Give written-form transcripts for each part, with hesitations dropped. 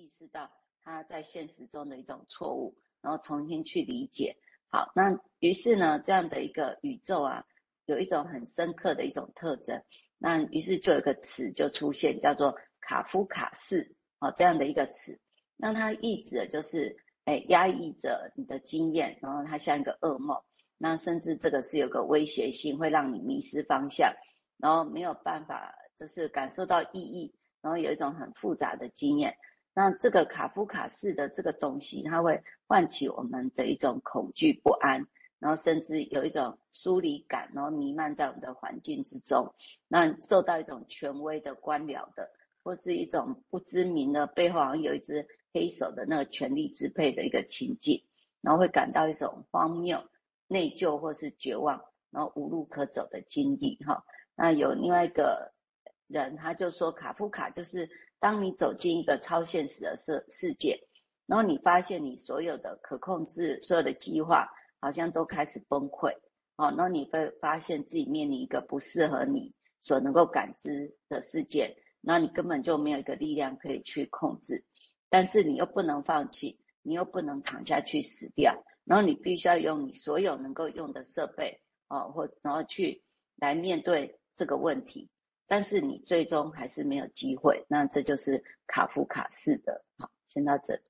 意识到他在现实中的一种错误，然后重新去理解。好，那于是呢，这样的一个宇宙啊，有一种很深刻的一种特征。那于是就有一个词就出现，叫做卡夫卡式这样的一个词。那它意指的就是压抑着你的经验，然后它像一个噩梦。那甚至这个是有个威胁性，会让你迷失方向，然后没有办法就是感受到意义，然后有一种很复杂的经验。那这个卡夫卡式的这个东西，它会唤起我们的一种恐惧不安，然后甚至有一种疏离感，然后弥漫在我们的环境之中。那受到一种权威的官僚的，或是一种不知名的背后好像有一只黑手的那个权力支配的一个情景，然后会感到一种荒谬、内疚或是绝望，然后无路可走的经历哈。那有另外一个人他就说，卡夫卡就是当你走进一个超现实的世界，然后你发现你所有的可控制、所有的计划好像都开始崩溃，然后你会发现自己面临一个不适合你所能够感知的世界，那你根本就没有一个力量可以去控制，但是你又不能放弃，你又不能躺下去死掉，然后你必须要用你所有能够用的设备然后去来面对这个问题，但是你最终还是没有机会。那这就是卡夫卡式的。好，先到这里。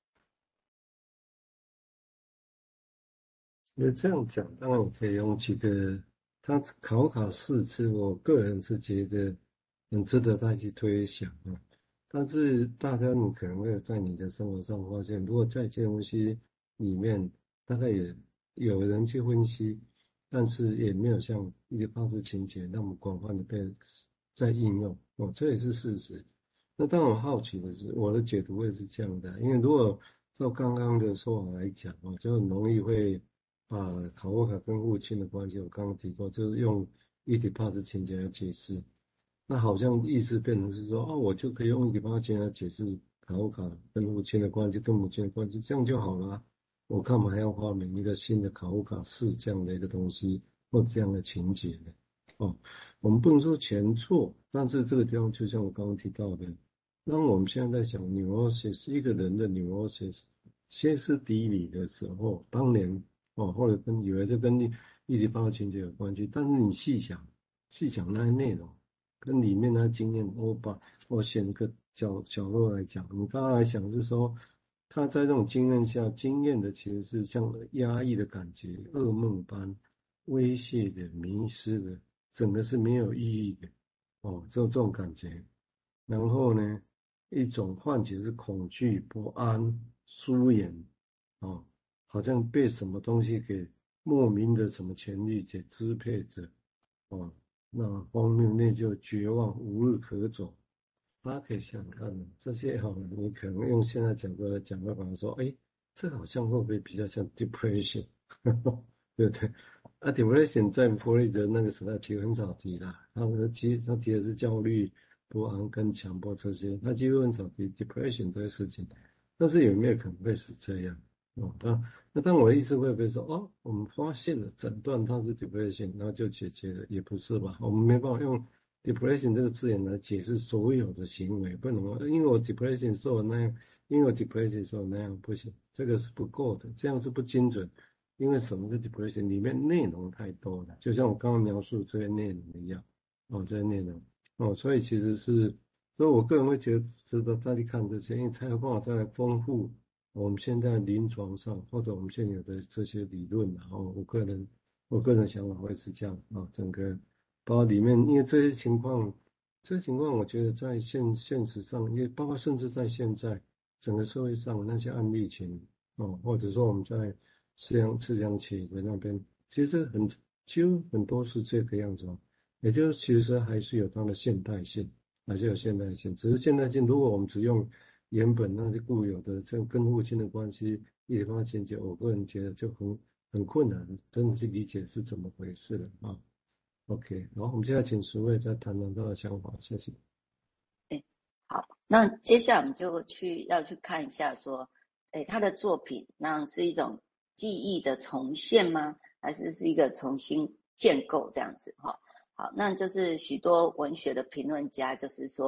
这样讲，当然我可以用几个，他考卡式，其实我个人是觉得很值得大家去推想啊。但是大家你可能会在你的生活上发现，如果在这些东西里面，大概也有人去分析，但是也没有像一些八字情节那么广泛的被在应用这也是事实。那当然我好奇的是，我的解读会是这样的，因为如果照刚刚的说法来讲就很容易会把卡夫卡跟父亲的关系，我刚刚提过，就是用伊底帕斯情节来解释。那好像意思变成是说，我就可以用伊底帕斯情节来解释卡夫卡跟父亲的关系、跟母亲的关系，这样就好了啊。我干嘛要发明一个新的卡夫卡式这样的一个东西或这样的情节呢？我们不能说全错，但是这个地方就像我刚刚提到的，当我们现在在想 neurosis 一个人的 neurosis 歇斯底里的时候，当年或者以为这跟伊底帕斯情节有关系，但是你细想那些内容跟里面那些经验，我选个角落来讲，你刚刚来想是说，他在这种经验下经验的其实是像压抑的感觉、噩梦般威胁的、迷失的，整个是没有意义的这种感觉。然后呢，一种唤起是恐惧、不安、疏远好像被什么东西给莫名的什么权力给支配着那荒谬、内疚、绝望、无路可走。大家可以想想看这些你可能用现在角度来讲，会把它说，这好像会不会比较像 depression， 对不对？depression 在弗洛伊德那个时代其实很少提啦，他提的是焦虑、不安跟强迫这些，他几乎很少提 depression 这些事情。但是有没有可能会是这样？那当我的意思会不会说，我们发现了诊断它是 depression， 然后就解决了？也不是吧？我们没办法用 depression 这个字眼来解释所有的行为，不能因为我 depression 说我那样，因为我 depression 说我那样，不行，这个是不够的，这样是不精准。因为什么是 depression？ 里面内容太多了，就像我刚刚描述这些内容一样，这些内容所以其实是，所以我个人会觉得值得再去看这些，因为才有办法再来丰富我们现在临床上或者我们现有的这些理论。然后我个人想法会是这样整个包括里面，因为这些情况，我觉得在现实上，也包括甚至在现在整个社会上那些案例群或者说我们在自量企业的那边，其实几乎很多是这个样子也就是其实还是有它的现代性，还是有现代性。只是现代性，如果我们只用原本那些固有的这跟父亲的关系一方情节，我个人觉得就很困难，真的去理解是怎么回事了OK，然后我们现在请十位再谈谈他的想法，谢谢。 好，那接下来我们就要去看一下说，他的作品那是一种记忆的重现吗？还是一个重新建构这样子好，那就是许多文学的评论家就是说，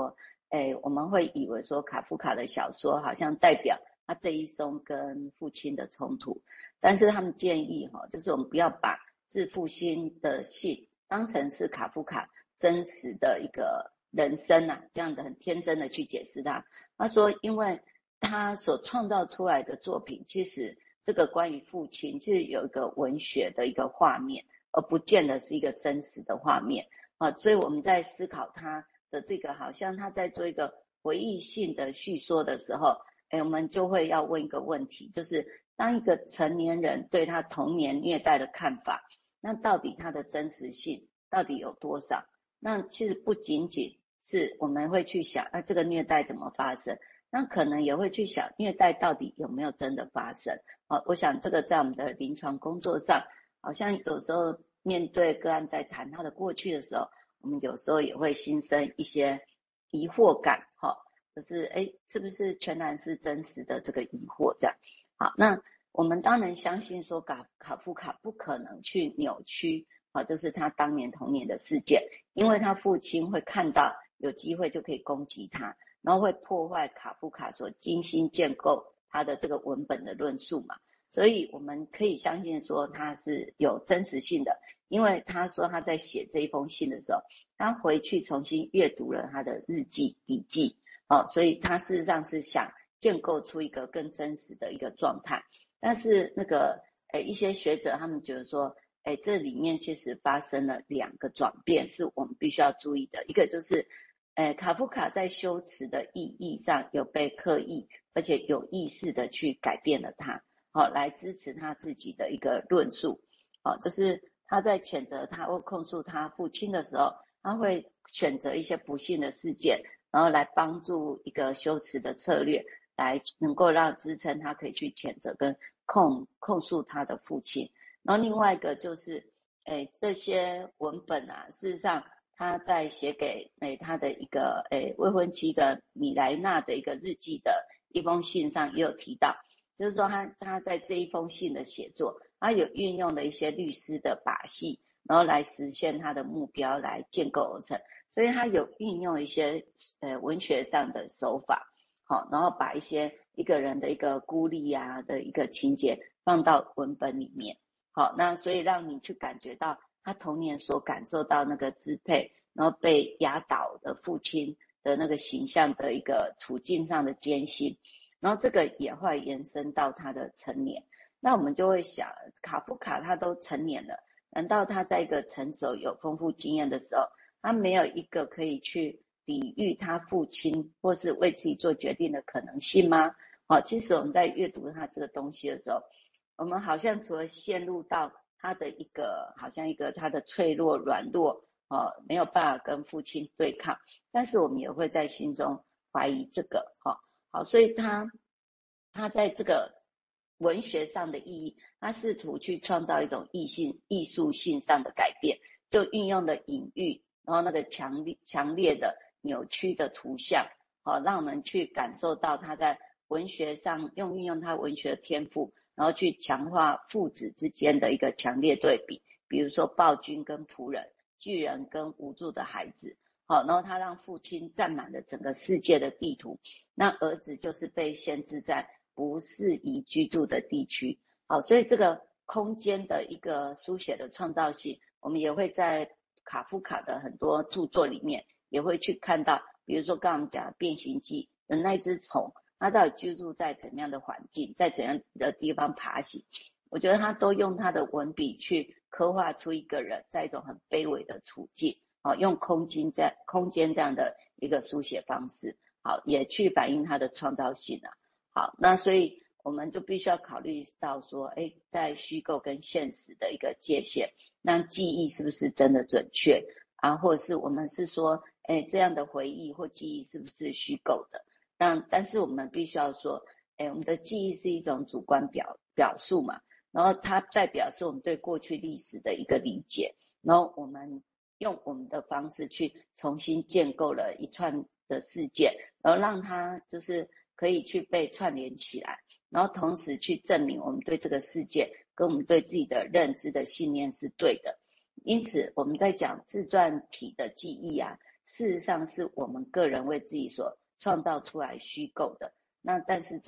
我们会以为说卡夫卡的小说好像代表他这一生跟父亲的冲突，但是他们建议就是我们不要把致父亲的信当成是卡夫卡真实的一个人生啊，这样的很天真的去解释它。他说，因为他所创造出来的作品，其实这个关于父亲，其实有一个文学的一个画面，而不见得是一个真实的画面啊。所以我们在思考他的这个，好像他在做一个回忆性的叙说的时候，我们就会要问一个问题，就是当一个成年人对他童年虐待的看法，那到底他的真实性到底有多少？那其实不仅仅是我们会去想，这个虐待怎么发生？那可能也会去想，虐待到底有没有真的发生？我想这个在我们的临床工作上，好像有时候面对个案在谈他的过去的时候，我们有时候也会心生一些疑惑感，就是是不是全然是真实的这个疑惑这样？好，那我们当然相信说卡夫卡不可能去扭曲就是他当年童年的事件，因为他父亲会看到有机会就可以攻击他，然后会破坏卡夫卡所精心建构他的这个文本的论述嘛，所以我们可以相信说他是有真实性的，因为他说他在写这一封信的时候，他回去重新阅读了他的日记笔记所以他事实上是想建构出一个更真实的一个状态，但是那个一些学者他们觉得说这里面其实发生了两个转变是我们必须要注意的，一个就是卡夫卡在修辞的意义上有被刻意而且有意识的去改变了它来支持他自己的一个论述就是他在谴责他或控诉他父亲的时候，他会选择一些不幸的事件，然后来帮助一个修辞的策略，来能够让支撑他可以去谴责跟控诉他的父亲。然后另外一个就是这些文本啊，事实上他在写给他的一个未婚妻的米莱娜的一个日记的一封信上也有提到，就是说他在这一封信的写作，他有运用了一些律师的把戏，然后来实现他的目标，来建构而成，所以他有运用一些文学上的手法然后把一个人的一个孤立啊的一个情节放到文本里面那所以让你去感觉到他童年所感受到那个支配，然后被压倒的父亲的那个形象的一个处境上的艰辛，然后这个也会延伸到他的成年。那我们就会想，卡夫卡他都成年了，难道他在一个成熟有丰富经验的时候，他没有一个可以去抵御他父亲或是为自己做决定的可能性吗？其实我们在阅读他这个东西的时候，我们好像除了陷入到他的一个好像一个他的脆弱软弱没有办法跟父亲对抗，但是我们也会在心中怀疑这个好，所以他在这个文学上的意义，他试图去创造一种艺术性上的改变，就运用了隐喻，然后那个强烈的扭曲的图像让我们去感受到他在文学上运用他文学的天赋，然后去强化父子之间的一个强烈对比，比如说暴君跟仆人，巨人跟无助的孩子然后他让父亲占满了整个世界的地图，那儿子就是被限制在不适宜居住的地区所以这个空间的一个书写的创造性，我们也会在卡夫卡的很多著作里面也会去看到，比如说刚刚我们讲的变形记的那只虫，它到底居住在怎么样的环境，在怎样的地方爬行，我觉得他都用他的文笔去刻画出一个人在一种很卑微的处境用空间这样的一个书写方式也去反映他的创造性好，那所以我们就必须要考虑到说在虚构跟现实的一个界限，那记忆是不是真的准确或者是我们是说这样的回忆或记忆是不是虚构的，但是我们必须要说我们的记忆是一种主观表述嘛，然后它代表是我们对过去历史的一个理解，然后我们用我们的方式去重新建构了一串的事件，然后让它就是可以去被串联起来，然后同时去证明我们对这个世界跟我们对自己的认知的信念是对的。因此我们在讲自传体的记忆事实上是我们个人为自己所创造出来虚构的。那但是